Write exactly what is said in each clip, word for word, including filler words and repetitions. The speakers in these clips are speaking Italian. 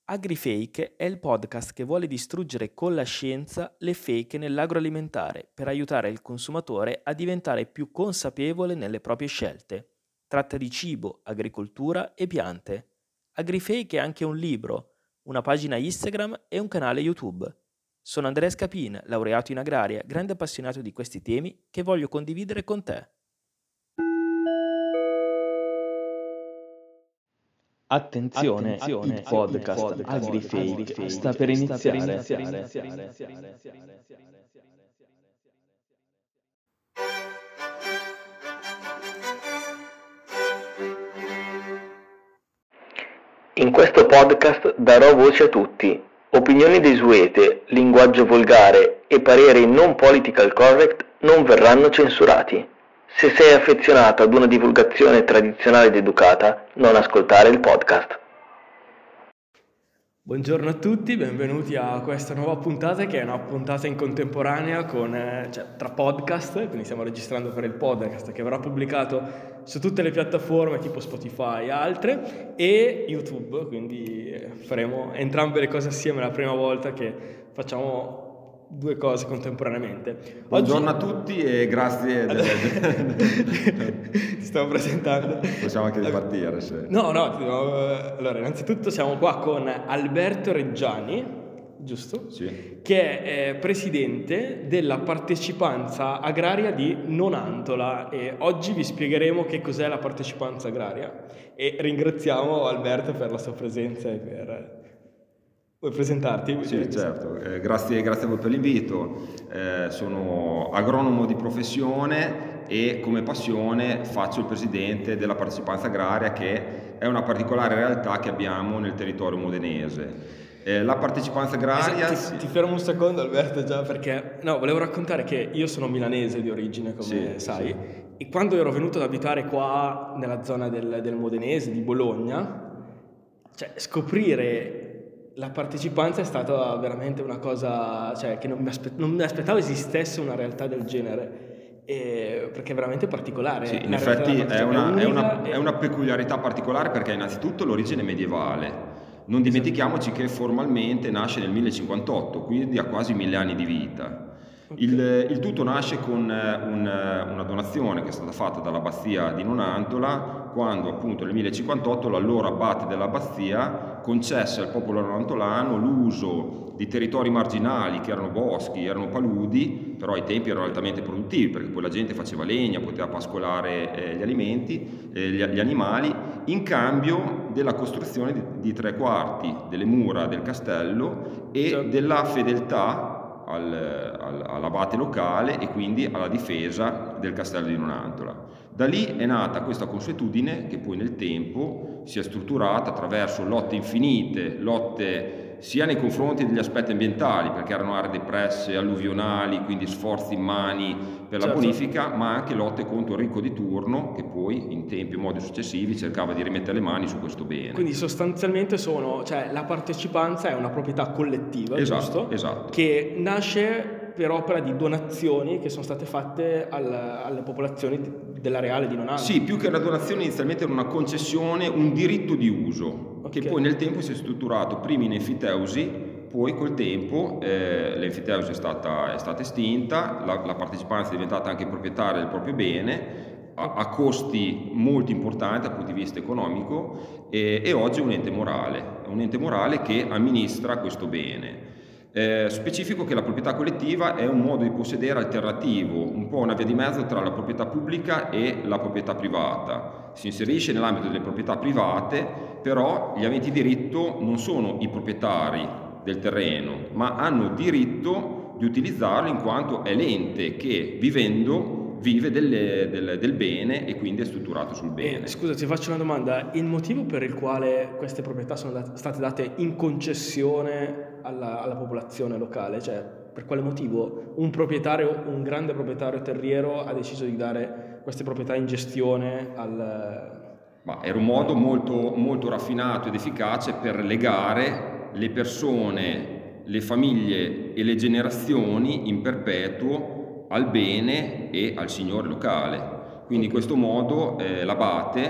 AgriFake è il podcast che vuole distruggere con la scienza le fake nell'agroalimentare per aiutare il consumatore a diventare più consapevole nelle proprie scelte. Tratta di cibo, agricoltura e piante. AgriFake è anche un libro, una pagina Instagram e un canale YouTube. Sono Andrea Scapin, laureato in agraria, grande appassionato di questi temi che voglio condividere con te. Attenzione, Attenzione, il podcast, podcast AgriFake sta per iniziare. In questo podcast darò voce a tutti. Opinioni desuete, linguaggio volgare e pareri non political correct non verranno censurati. Se sei affezionato ad una divulgazione tradizionale ed educata, non ascoltare il podcast. Buongiorno a tutti, benvenuti a questa nuova puntata che è una puntata in contemporanea con, eh, cioè, tra podcast, quindi stiamo registrando per il podcast che verrà pubblicato su tutte le piattaforme tipo Spotify e altre e YouTube, quindi eh, faremo entrambe le cose assieme, è la prima volta che facciamo due cose contemporaneamente. Buongiorno Oggi... a tutti e grazie del... Ti stavo presentando. Possiamo anche ripartire se... No, no, no, allora innanzitutto siamo qua con Alberto Reggiani, giusto? Sì. Che è presidente della partecipanza agraria di Nonantola e oggi vi spiegheremo che cos'è la partecipanza agraria e ringraziamo Alberto per la sua presenza e per... Vuoi presentarti? Sì, certo, eh, grazie, grazie a voi per l'invito. Eh, sono agronomo di professione e come passione faccio il presidente della partecipanza agraria, che è una particolare realtà che abbiamo nel territorio modenese. Eh, la partecipanza agraria... Esatto, ti, ti fermo un secondo Alberto, già perché no, volevo raccontare che io sono milanese di origine, come sì, sai, sì. E quando ero venuto ad abitare qua nella zona del, del modenese, di Bologna, cioè scoprire la partecipanza è stata veramente una cosa, cioè, che non mi, aspe- non mi aspettavo esistesse una realtà del genere, e, perché è veramente particolare. Sì, in effetti è una, è, una, è una peculiarità particolare perché innanzitutto l'origine è medievale. Non dimentichiamoci che formalmente nasce nel millecinquantotto, quindi ha quasi mille anni di vita. Okay. Il, il tutto nasce con un, una donazione che è stata fatta dall'abbazia di Nonantola, quando appunto nel millecinquantotto l'allora abate dell'abbazia concesse al popolo nonantolano l'uso di territori marginali che erano boschi, erano paludi, però ai tempi erano altamente produttivi perché poi la gente faceva legna, poteva pascolare eh, gli alimenti, eh, gli, gli animali, in cambio della costruzione di, di tre quarti delle mura del castello e certo. della fedeltà al, al, all'abate locale e quindi alla difesa del castello di Nonantola. Da lì è nata questa consuetudine che poi nel tempo si è strutturata attraverso lotte infinite, lotte sia nei confronti degli aspetti ambientali, perché erano aree depresse, alluvionali, quindi sforzi immani per la certo. bonifica, ma anche lotte contro il ricco di turno, che poi in tempi e modi successivi cercava di rimettere le mani su questo bene. Quindi sostanzialmente sono, cioè la partecipanza è una proprietà collettiva, esatto, giusto? Esatto. Che nasce per opera di donazioni che sono state fatte al, alle popolazioni dell'areale di Nonantola. Sì, più che una donazione inizialmente era una concessione, un diritto di uso, okay. che poi nel tempo si è strutturato prima in enfiteusi, poi col tempo eh, l'enfiteusi è stata, è stata estinta, la, la partecipanza è diventata anche proprietaria del proprio bene, a, a costi molto importanti dal punto di vista economico e, e oggi è un ente morale, è un ente morale che amministra questo bene. Eh, specifico che la proprietà collettiva è un modo di possedere alternativo, un po' una via di mezzo tra la proprietà pubblica e la proprietà privata. Si inserisce nell'ambito delle proprietà private, però gli aventi diritto non sono i proprietari del terreno, ma hanno diritto di utilizzarlo in quanto è l'ente che vivendo vive delle, del, del bene e quindi è strutturato sul bene. Eh, scusa, ti faccio una domanda. Il motivo per il quale queste proprietà sono dat- state date in concessione alla, alla popolazione locale, cioè per quale motivo un proprietario, un grande proprietario terriero ha deciso di dare queste proprietà in gestione al... Ma era un modo molto, molto raffinato ed efficace per legare le persone, le famiglie e le generazioni in perpetuo al bene e al signore locale. Quindi in questo modo eh, l'abate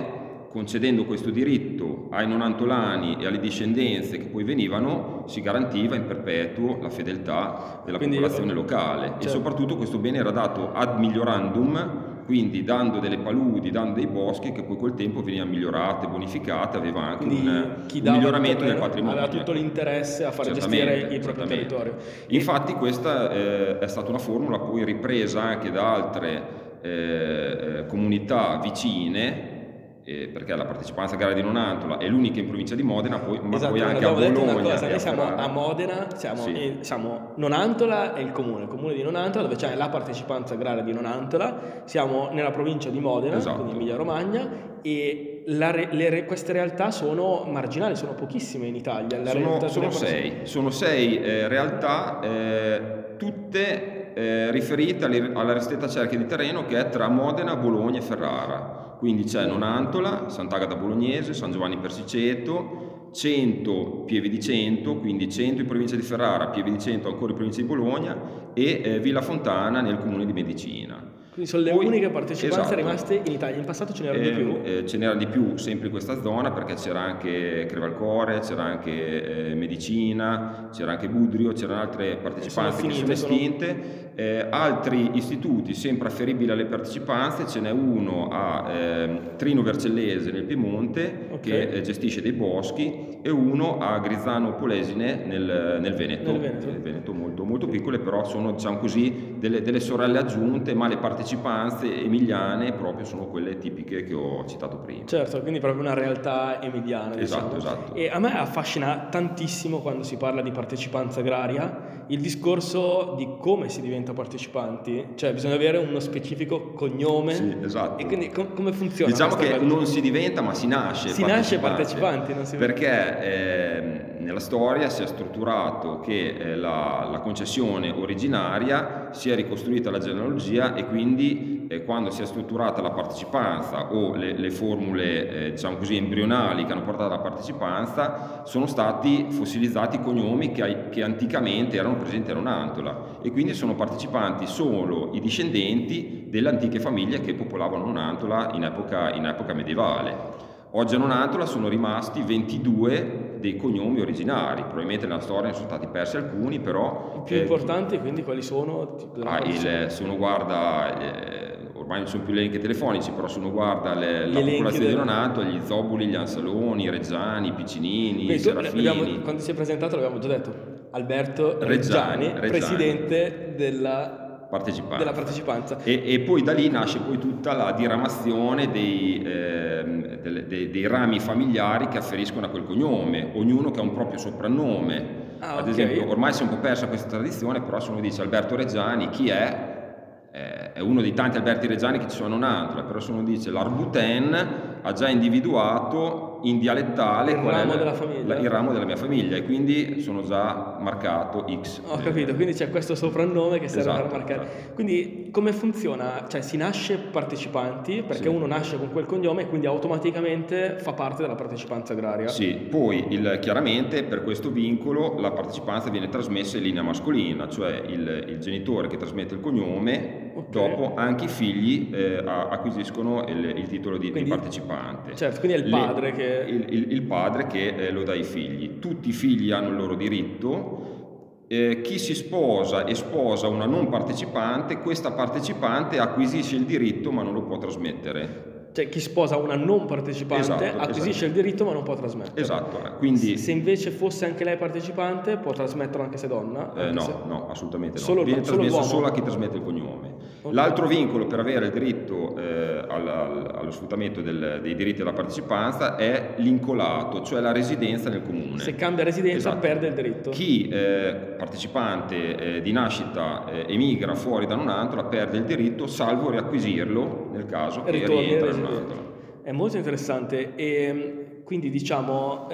concedendo questo diritto ai nonantolani e alle discendenze che poi venivano, si garantiva in perpetuo la fedeltà della quindi, popolazione locale, certo. E soprattutto questo bene era dato ad migliorandum, quindi dando delle paludi, dando dei boschi che poi col tempo venivano migliorate, bonificate, aveva anche un, un miglioramento del patrimonio. Aveva tutto l'interesse a far gestire il proprio territorio. Infatti questa eh, è stata una formula poi ripresa anche da altre eh, comunità vicine, eh, perché la partecipanza agraria di Nonantola è l'unica in provincia di Modena, poi, ma esatto, poi anche a Bologna. Una cosa, noi siamo a Modena, siamo, sì. in, siamo Nonantola è il comune, il comune di Nonantola, dove c'è la partecipanza agraria di Nonantola, siamo nella provincia di Modena, esatto. Quindi Emilia Romagna, e la, le, queste realtà sono marginali, sono pochissime in Italia. La sono, sono sei, sono sei eh, realtà, eh, tutte eh, riferite alla ristretta cerchia di terreno che è tra Modena, Bologna e Ferrara. Quindi c'è Nonantola, Sant'Agata Bolognese, San Giovanni Persiceto, Cento, Pieve di Cento, quindi Cento in provincia di Ferrara, Pieve di Cento ancora in provincia di Bologna e eh, Villa Fontana nel comune di Medicina. Quindi sono le Poi, uniche partecipanze esatto. rimaste in Italia. In passato ce n'erano eh, di più? Eh, ce n'era di più sempre in questa zona, perché c'era anche Crevalcore, c'era anche eh, Medicina, c'era anche Budrio, c'erano altre partecipanze finite, che sono estinte. Sono... Eh, altri istituti sempre afferibili alle partecipanze, ce n'è uno a eh, Trino Vercellese nel Piemonte, okay. che eh, gestisce dei boschi, e uno a Grizzano Polesine nel, nel Veneto. Nel Veneto. Nel Veneto molto, molto piccole, però sono, diciamo così, delle, delle sorelle aggiunte, ma le partecipanze emiliane proprio sono quelle tipiche che ho citato prima. Certo, quindi proprio una realtà emiliana. Esatto, diciamo. esatto. E a me affascina tantissimo quando si parla di partecipanza agraria il discorso di come si diventa partecipanti, cioè bisogna avere uno specifico cognome. Sì, esatto. E quindi com- come funziona? Diciamo che cosa? Non si diventa, ma si nasce si nasce partecipanti, non si perché eh, nella storia si è strutturato che eh, la, la concessione originaria si è ricostruita la genealogia, e quindi eh, quando si è strutturata la partecipanza o le, le formule eh, diciamo così embrionali che hanno portato alla partecipanza, sono stati fossilizzati cognomi che, che anticamente erano presenti a Nonantola, e quindi sono partecipanti solo i discendenti delle antiche famiglie che popolavano Nonantola in epoca, in epoca medievale. Oggi a Nonantola sono rimasti ventidue dei cognomi originari, probabilmente nella storia ne sono stati persi alcuni, però... I più eh, importanti quindi quali sono? Ah, il, se uno guarda, eh, ormai non sono più elenchi telefonici, però se uno guarda le, la popolazione del... di Nonantola, gli Zoboli, gli Ansaloni, i Reggiani, i Piccinini, i Serafini... Abbiamo, quando si è presentato l'abbiamo già detto, Alberto Reggiani, Reggiani, Reggiani. presidente della... Partecipanza. della partecipanza e, e poi da lì nasce poi tutta la diramazione dei, eh, dei, dei, dei rami familiari che afferiscono a quel cognome, ognuno che ha un proprio soprannome. Ah, ad okay. esempio ormai si è un po' persa questa tradizione, però se uno dice Alberto Reggiani, chi è? Eh, è uno dei tanti Alberti Reggiani che ci sono a Nonantola, però se uno dice l'Arbuten ha già individuato in dialettale il, qual ramo, è della la, il ramo della mia famiglia, e quindi sono già marcato X. Ho capito, quindi c'è questo soprannome che serve esatto, per marcare. Esatto. Quindi come funziona? Cioè si nasce partecipanti perché sì. Uno nasce con quel cognome e quindi automaticamente fa parte della partecipanza agraria? Sì, poi il, chiaramente per questo vincolo la partecipanza viene trasmessa in linea mascolina, cioè il, il genitore che trasmette il cognome, okay. Dopo anche i figli eh, acquisiscono il, il titolo di, quindi, di partecipante. Certo, quindi è il padre Le, che... Il, il, il padre che eh, lo dà ai figli. Tutti i figli hanno il loro diritto. Eh, chi si sposa e sposa una non partecipante, questa partecipante acquisisce il diritto ma non lo può trasmettere. Cioè chi sposa una non partecipante esatto, acquisisce esatto. il diritto ma non può trasmettere. Esatto, quindi... Se invece fosse anche lei partecipante può trasmetterlo anche se donna? Eh, anche no, se... no, assolutamente no. Solo, Viene solo trasmesso l'uomo? solo a chi trasmette il cognome. Okay. L'altro vincolo per avere il diritto eh, al, al, allo sfruttamento del, dei diritti della partecipanza è l'incolato, cioè la residenza nel comune. Se cambia residenza esatto. Perde il diritto. Chi eh, partecipante eh, di nascita eh, emigra fuori da Nonantola perde il diritto, salvo riacquisirlo nel caso che Ritorni rientra in Nonantola. È molto interessante, e quindi diciamo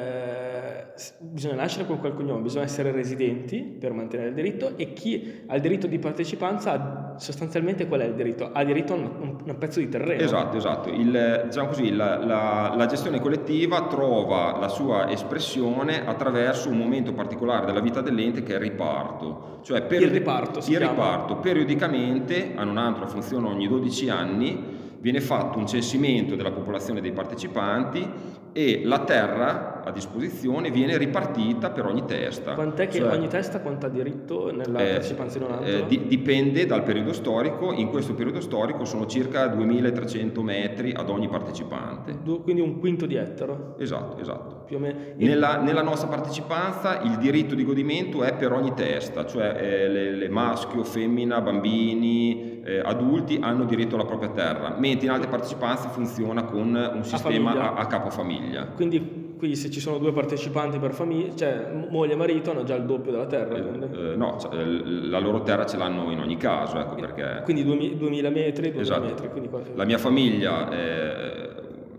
eh, bisogna nascere con quel cognome, bisogna essere residenti per mantenere il diritto, e chi ha il diritto di partecipanza ha sostanzialmente qual è il diritto? Ha diritto a un, un pezzo di terreno. Esatto, esatto. Il, diciamo così, la, la, la gestione collettiva trova la sua espressione attraverso un momento particolare della vita dell'ente che è il riparto. Cioè per, il riparto si il chiama. riparto periodicamente a Nonantola funziona ogni dodici anni. viene fatto un censimento della popolazione dei partecipanti e la terra a disposizione viene ripartita per ogni testa. Quant'è che cioè, ogni testa quanta diritto nella eh, partecipanza in un'altra? Eh, di, dipende dal periodo storico. In questo periodo storico sono circa duemilatrecento metri ad ogni partecipante. Du- quindi un quinto di ettaro? Esatto, esatto. Più o meno. Nella, nella nostra partecipanza il diritto di godimento è per ogni testa, cioè eh, le, le maschio, femmina, bambini, eh, adulti hanno diritto alla propria terra, mentre in altre partecipanze funziona con un sistema a, a capofamiglia. Quindi, quindi se ci sono due partecipanti per famiglia, cioè moglie e marito hanno già il doppio della terra? Eh, eh, no, cioè, la loro terra ce l'hanno in ogni caso, ecco perché... Quindi duemila metri, duemila esatto. metri. Quindi... La mia famiglia... Eh,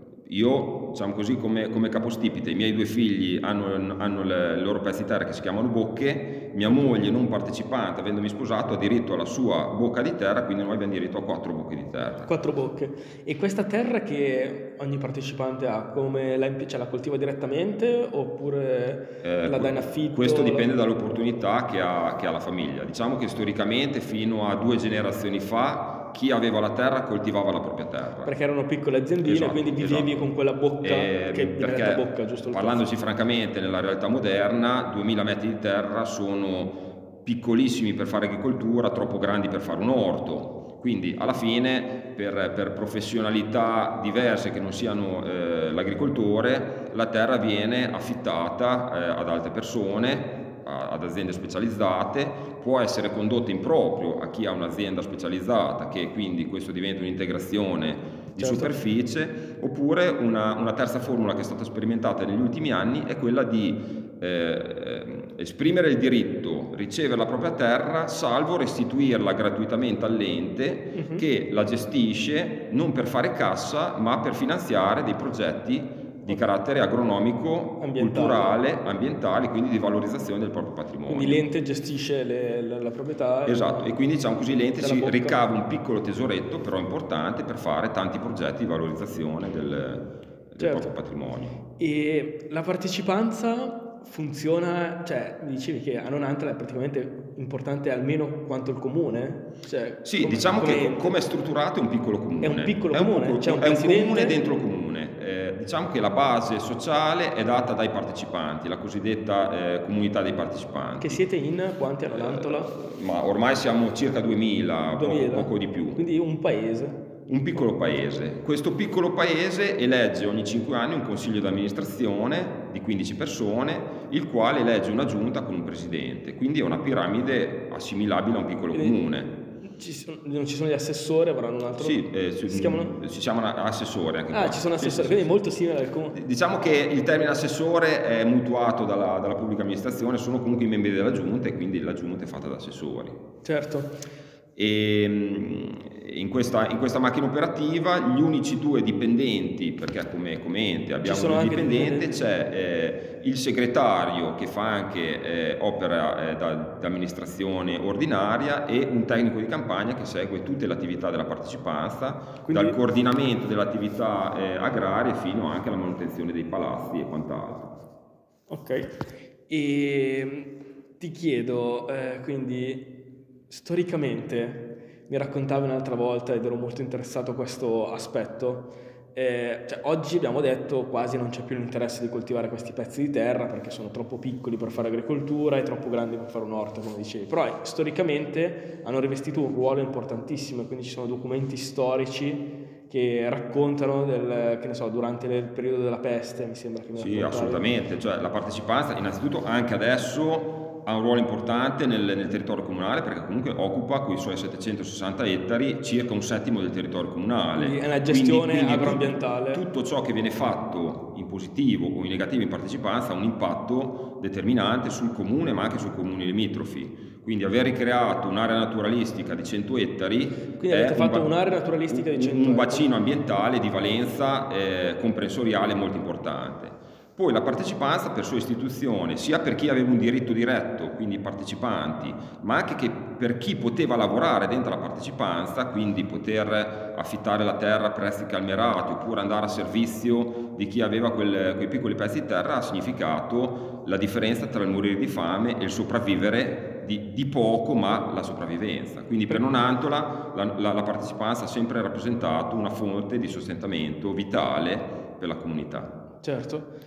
io, diciamo così, come, come capostipite, i miei due figli hanno, hanno le, le loro pezzi di terra che si chiamano bocche, mia moglie non partecipante, avendomi sposato, ha diritto alla sua bocca di terra, quindi noi abbiamo diritto a quattro bocche di terra. Quattro bocche. E questa terra che ogni partecipante ha, come la, cioè, la coltiva direttamente oppure eh, la dà in affitto? Questo dipende la... dall'opportunità che ha, che ha la famiglia. Diciamo che storicamente fino a due generazioni fa chi aveva la terra coltivava la propria terra. Perché erano piccole aziendine, esatto, quindi vivevi esatto. con quella bocca eh, che perché, bocca, giusto? Parlandoci francamente, nella realtà moderna, duemila metri di terra sono piccolissimi per fare agricoltura, troppo grandi per fare un orto. Quindi alla fine, per, per professionalità diverse che non siano eh, l'agricoltore, la terra viene affittata eh, ad altre persone, ad aziende specializzate, può essere condotta in proprio a chi ha un'azienda specializzata, che quindi questo diventa un'integrazione di certo. superficie, oppure una, una terza formula che è stata sperimentata negli ultimi anni è quella di eh, esprimere il diritto, ricevere la propria terra, salvo restituirla gratuitamente all'ente uh-huh. che la gestisce non per fare cassa, ma per finanziare dei progetti di carattere agronomico, ambientale. culturale, ambientale, quindi di valorizzazione del proprio patrimonio. Quindi l'ente gestisce le, la, la proprietà. Esatto, e quindi diciamo così l'ente si bocca. ricava un piccolo tesoretto, però importante, per fare tanti progetti di valorizzazione del, del certo. proprio patrimonio. E la partecipanza funziona, cioè dicevi che a Nonantola è praticamente importante almeno quanto il comune? Cioè, sì, come, diciamo come che come è strutturato è un piccolo comune. È un piccolo è un comune, piccolo, c'è un è un comune presidente... dentro il comune. Eh, diciamo che la base sociale è data dai partecipanti, la cosiddetta eh, comunità dei partecipanti. Che siete in quanti a Nonantola? Eh, ma ormai siamo circa duemila, duemila. Poco, poco di più. Quindi un paese. Un piccolo paese. Questo piccolo paese elegge ogni cinque anni un consiglio di amministrazione di quindici persone, il quale elegge una giunta con un presidente, quindi è una piramide assimilabile a un piccolo e comune. Ci sono, non ci sono gli assessori, avranno un altro... Sì, eh, si, si chiamano? Si chiamano assessori anche Ah, qua. ci sono assessori, sì, quindi sì, è molto simile al comune. Diciamo che il termine assessore è mutuato dalla, dalla pubblica amministrazione, sono comunque i membri della giunta e quindi la giunta è fatta da assessori. Certo. E in questa, in questa macchina operativa gli unici due dipendenti, perché come, come ente abbiamo un dipendente, c'è eh, il segretario che fa anche eh, opera eh, da, da amministrazione ordinaria e un tecnico di campagna che segue tutte le attività della partecipanza, quindi... dal coordinamento delle attività eh, agrarie fino anche alla manutenzione dei palazzi e quant'altro. Ok, e ti chiedo eh, quindi storicamente, mi raccontavi un'altra volta ed ero molto interessato a questo aspetto, eh, cioè, oggi abbiamo detto quasi non c'è più l'interesse di coltivare questi pezzi di terra perché sono troppo piccoli per fare agricoltura e troppo grandi per fare un orto, come dicevi, però eh, storicamente hanno rivestito un ruolo importantissimo e quindi ci sono documenti storici che raccontano del, che ne so, durante il periodo della peste, mi sembra che mi Sì, assolutamente, cioè la partecipanza innanzitutto anche adesso ha un ruolo importante nel, nel territorio comunale perché comunque occupa con i suoi settecentosessanta ettari circa un settimo del territorio comunale. Quindi è una gestione quindi, quindi agroambientale. Tutto, tutto ciò che viene fatto in positivo o in negativo in partecipanza ha un impatto determinante sul comune ma anche sui comuni limitrofi. Quindi aver ricreato un'area naturalistica di cento ettari quindi avete fatto un, un'area naturalistica di cento un, un ettari. bacino ambientale di valenza eh, comprensoriale molto importante. Poi la partecipanza per sua istituzione, sia per chi aveva un diritto diretto, quindi i partecipanti, ma anche che per chi poteva lavorare dentro la partecipanza, quindi poter affittare la terra a prezzi calmierati oppure andare a servizio di chi aveva quel, quei piccoli pezzi di terra, ha significato la differenza tra il morire di fame e il sopravvivere di, di poco, ma la sopravvivenza. Quindi per Nonantola la, la, la partecipanza ha sempre rappresentato una fonte di sostentamento vitale per la comunità. Certo.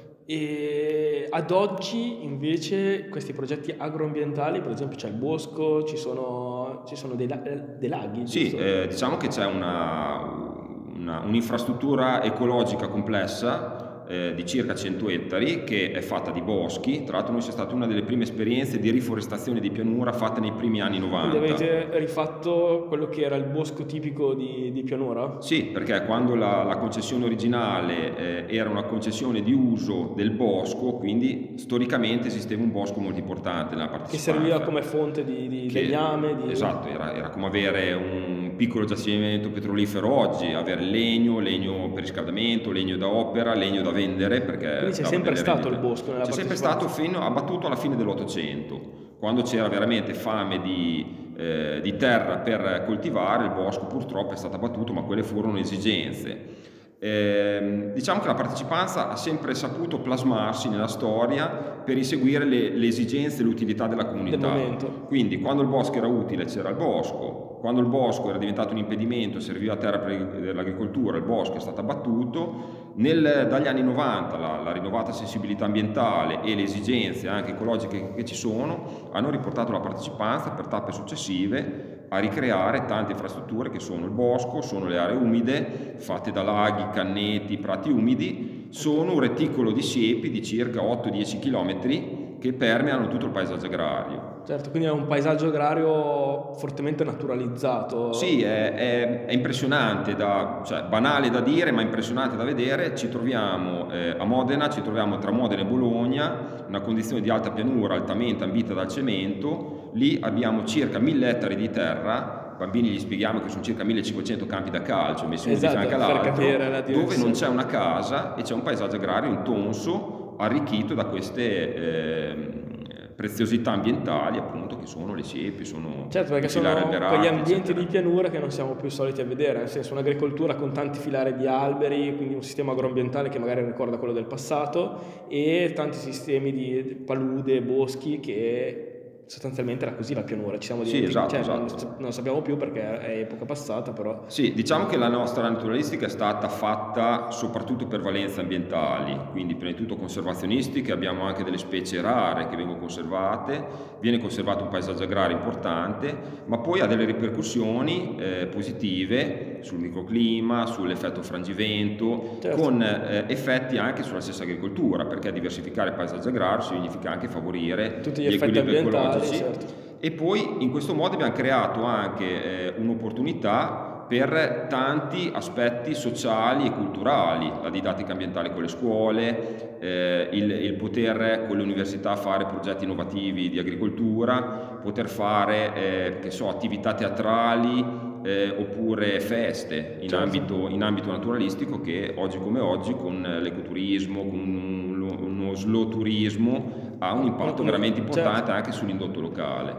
E ad oggi invece questi progetti agroambientali, per esempio c'è il bosco, ci sono, ci sono dei, dei laghi? Sì, eh, diciamo che c'è una, una, un'infrastruttura ecologica complessa eh, di circa cento ettari che è fatta di boschi. Tra l'altro noi siamo stata una delle prime esperienze di riforestazione di pianura fatte nei primi anni novanta. Quindi avete rifatto quello che era il bosco tipico di, di pianura? Sì, perché quando la, la concessione originale eh, era una concessione di uso del bosco, quindi storicamente esisteva un bosco molto importante nella partecipanza. Che serviva come fonte di, di che, legname? Di... Esatto, era, era come avere un piccolo giacimento petrolifero oggi, avere legno, legno per riscaldamento, legno da opera, legno da vendere. Perché quindi c'è sempre stato il bosco nella C'è sempre stato fino abbattuto alla fine dell'Ottocento, quando c'era veramente fame di... Eh, di terra per coltivare. Il bosco purtroppo è stato abbattuto, ma quelle furono esigenze. Eh, diciamo che la partecipanza ha sempre saputo plasmarsi nella storia per inseguire le, le esigenze e l'utilità della comunità. Quindi quando il bosco era utile c'era il bosco, quando il bosco era diventato un impedimento, serviva a terra per l'agricoltura, il bosco è stato abbattuto. Nel, dagli anni novanta la, la rinnovata sensibilità ambientale e le esigenze anche ecologiche che ci sono hanno riportato la partecipanza per tappe successive a ricreare tante infrastrutture che sono il bosco, sono le aree umide fatte da laghi, canneti, prati umidi, sono un reticolo di siepi di circa otto dieci chilometri che permeano tutto il paesaggio agrario. Certo, quindi è un paesaggio agrario fortemente naturalizzato. Sì, è, è, è impressionante, da, cioè banale da dire, ma impressionante da vedere. Ci troviamo eh, a Modena, ci troviamo tra Modena e Bologna, una condizione di alta pianura altamente ambita dal cemento. Lì abbiamo circa mille ettari di terra. Bambini gli spieghiamo che sono circa millecinquecento campi da calcio messi uno esatto, di fianco all'altro, dove non c'è una casa e c'è un paesaggio agrario intonso, arricchito da queste eh, preziosità ambientali, appunto, che sono le siepi, sono certo, perché sono alberati, quegli ambienti eccetera. Di pianura che non siamo più soliti a vedere, nel senso un'agricoltura con tanti filari di alberi, quindi un sistema agroambientale che magari ricorda quello del passato, e tanti sistemi di palude, boschi, che sostanzialmente era così la pianura. Ci siamo sì, esatto, cioè, esatto. Non, non sappiamo più perché è epoca passata, però sì, diciamo che la nostra naturalistica è stata fatta soprattutto per valenze ambientali, quindi prima di tutto conservazionistiche. Abbiamo anche delle specie rare che vengono conservate, viene conservato un paesaggio agrario importante, ma poi ha delle ripercussioni eh, positive sul microclima, sull'effetto frangivento, certo. con eh, effetti anche sulla stessa agricoltura, perché diversificare il paesaggio agrario significa anche favorire tutti gli, gli effetti equilibri ambientali, ecologici. certo. E poi in questo modo abbiamo creato anche eh, un'opportunità per tanti aspetti sociali e culturali, la didattica ambientale con le scuole, eh, il, il poter con le università fare progetti innovativi di agricoltura, poter fare eh, che so, attività teatrali, Eh, oppure feste in, certo. ambito, in ambito naturalistico, che oggi come oggi con l'ecoturismo, con uno, uno slow turismo ha un impatto veramente importante, certo. anche sull'indotto locale.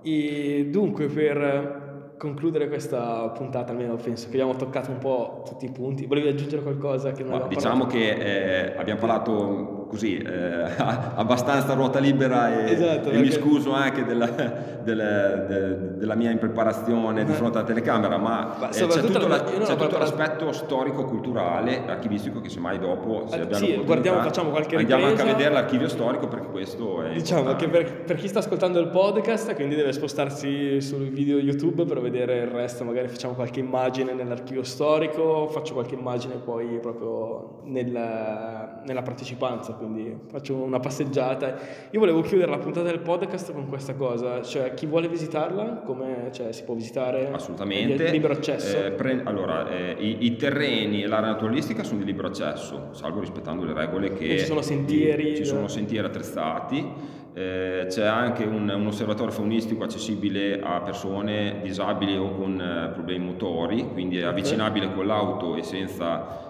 E dunque, per concludere questa puntata, almeno penso che abbiamo toccato un po' tutti i punti. Volevi aggiungere qualcosa che non Ma abbiamo diciamo parlato? che eh, abbiamo parlato così eh, abbastanza a ruota libera, e, esatto, e perché... mi scuso anche della, della, de, della mia impreparazione di fronte alla telecamera, ma, ma eh, c'è tutto, la, c'è tutto l'aspetto storico-culturale, archivistico, che semmai dopo, se abbiamo sì, guardiamo, facciamo qualche andiamo ripresa. anche a vedere l'archivio storico, perché questo è diciamo importante. che per, per chi sta ascoltando il podcast, quindi deve spostarsi sul video YouTube per vedere il resto. Magari facciamo qualche immagine nell'archivio storico, faccio qualche immagine poi proprio nella, nella partecipanza, quindi faccio una passeggiata. Io volevo chiudere la puntata del podcast con questa cosa, cioè chi vuole visitarla, come, cioè, si può visitare? Assolutamente. È libero accesso? Eh, pre- allora, eh, i, i terreni e l'area naturalistica sono di libero accesso, salvo rispettando le regole che... E ci sono sentieri? Di, ci sono sentieri attrezzati. Eh, c'è anche un, un osservatorio faunistico accessibile a persone disabili o con eh, problemi motori, quindi è avvicinabile con l'auto e senza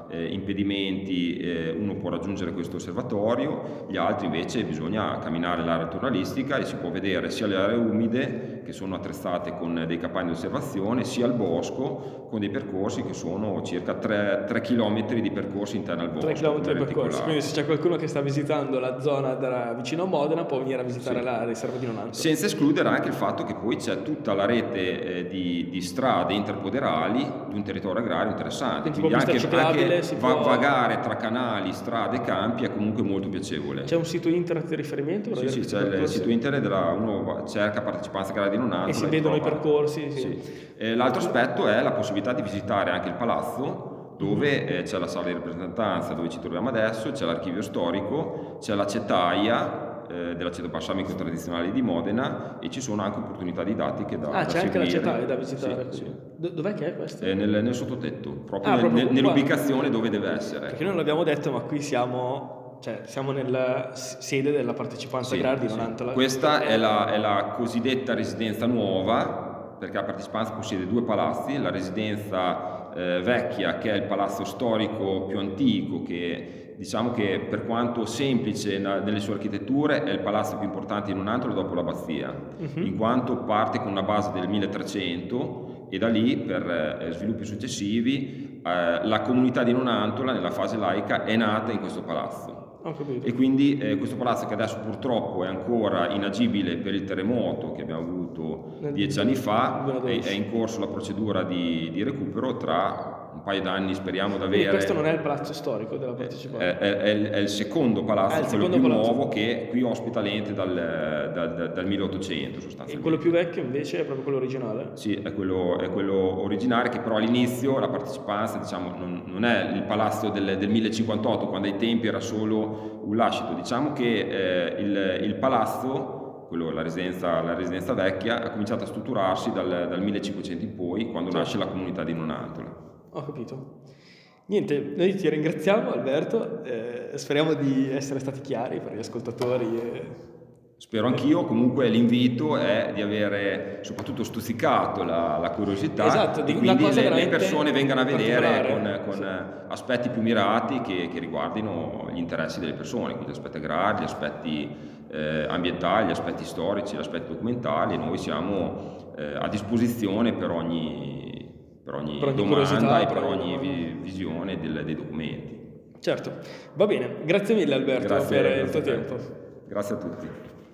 eh, impedimenti eh, uno può raggiungere questo osservatorio, gli altri invece bisogna camminare l'area naturalistica e si può vedere sia le aree umide che sono attrezzate con dei capanni di osservazione, sia il bosco con dei percorsi che sono circa tre chilometri di percorsi interni al bosco. tre chilometri di percorsi, quindi se c'è qualcuno che sta visitando la zona della, vicino a Modena può venire a visitare sì. la riserva di Nonantola. Senza escludere anche il fatto che poi c'è tutta la rete eh, di, di strade interpoderali di un territorio agrario interessante, quindi, quindi anche, anche va, può... vagare tra canali, strade e campi è comunque molto piacevole. C'è un sito internet di riferimento? Sì, sì, c'è il percorsi? Sito internet della uno cerca partecipanza agraria di Nonantola e si vedono trova. i percorsi. Sì. Sì. Eh, l'altro aspetto è la possibilità di visitare anche il palazzo, dove eh, c'è la sala di rappresentanza dove ci troviamo adesso, c'è l'archivio storico, c'è la cetaia eh, dell'aceto balsamico tradizionale di Modena e ci sono anche opportunità didattiche da, ah, da c'è seguire. Anche la cetaia da visitare. Sì, sì. Dov'è che è questo? Eh, nel, nel sottotetto, proprio, ah, nel, proprio nell'ubicazione dove deve essere. Perché noi non l'abbiamo detto, ma qui siamo... Cioè, siamo nella sede della partecipanza sì, agraria di Nonantola. Sì. Questa è la, è la cosiddetta residenza nuova, perché la partecipanza possiede due palazzi, la residenza eh, vecchia, che è il palazzo storico più antico, che diciamo che per quanto semplice nelle sue architetture è il palazzo più importante di Nonantola dopo l'abbazia, uh-huh. in quanto parte con una base del milletrecento e da lì per eh, sviluppi successivi eh, la comunità di Nonantola nella fase laica è nata in questo palazzo. E quindi eh, questo palazzo, che adesso purtroppo è ancora inagibile per il terremoto che abbiamo avuto dieci anni fa, è, è in corso la procedura di, di recupero. Tra un paio d'anni speriamo di avere... Quindi questo non è il palazzo storico della partecipazione? È, è, è, il, è il secondo palazzo, il quello secondo più palazzo. nuovo, che qui ospita l'ente dal, dal, dal milleottocento sostanzialmente. E quello più vecchio invece è proprio quello originale? Sì, è quello, è quello originale, che però all'inizio la partecipanza diciamo, non, non è il palazzo del, del millecinquantotto, quando ai tempi era solo un lascito. Diciamo che eh, il, il palazzo, quello, la, residenza, la residenza vecchia, ha cominciato a strutturarsi dal, dal millecinquecento in poi, quando sì. nasce la comunità di Nonantola. Ho capito. Niente, noi ti ringraziamo Alberto, eh, speriamo di essere stati chiari per gli ascoltatori. E... Spero anch'io. Comunque l'invito è di avere soprattutto stuzzicato la, la curiosità, esatto, e quindi le, le persone vengano a vedere con, con sì. aspetti più mirati che, che riguardino gli interessi delle persone, quindi gli aspetti agrari, gli aspetti eh, ambientali, gli aspetti storici, gli aspetti documentali. Noi siamo eh, a disposizione per ogni... per ogni, per ogni domanda e per ogni vi, visione del, dei documenti. Certo, va bene, grazie mille Alberto grazie, per grazie il tuo te. tempo. Grazie a tutti.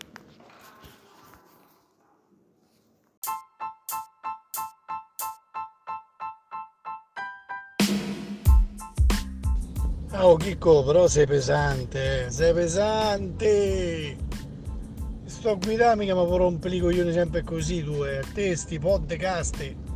Oh Chicco, però sei pesante, sei pesante! Sto a guidare mica mi rompe i coglioni sempre così tu, eh. Te sti podcast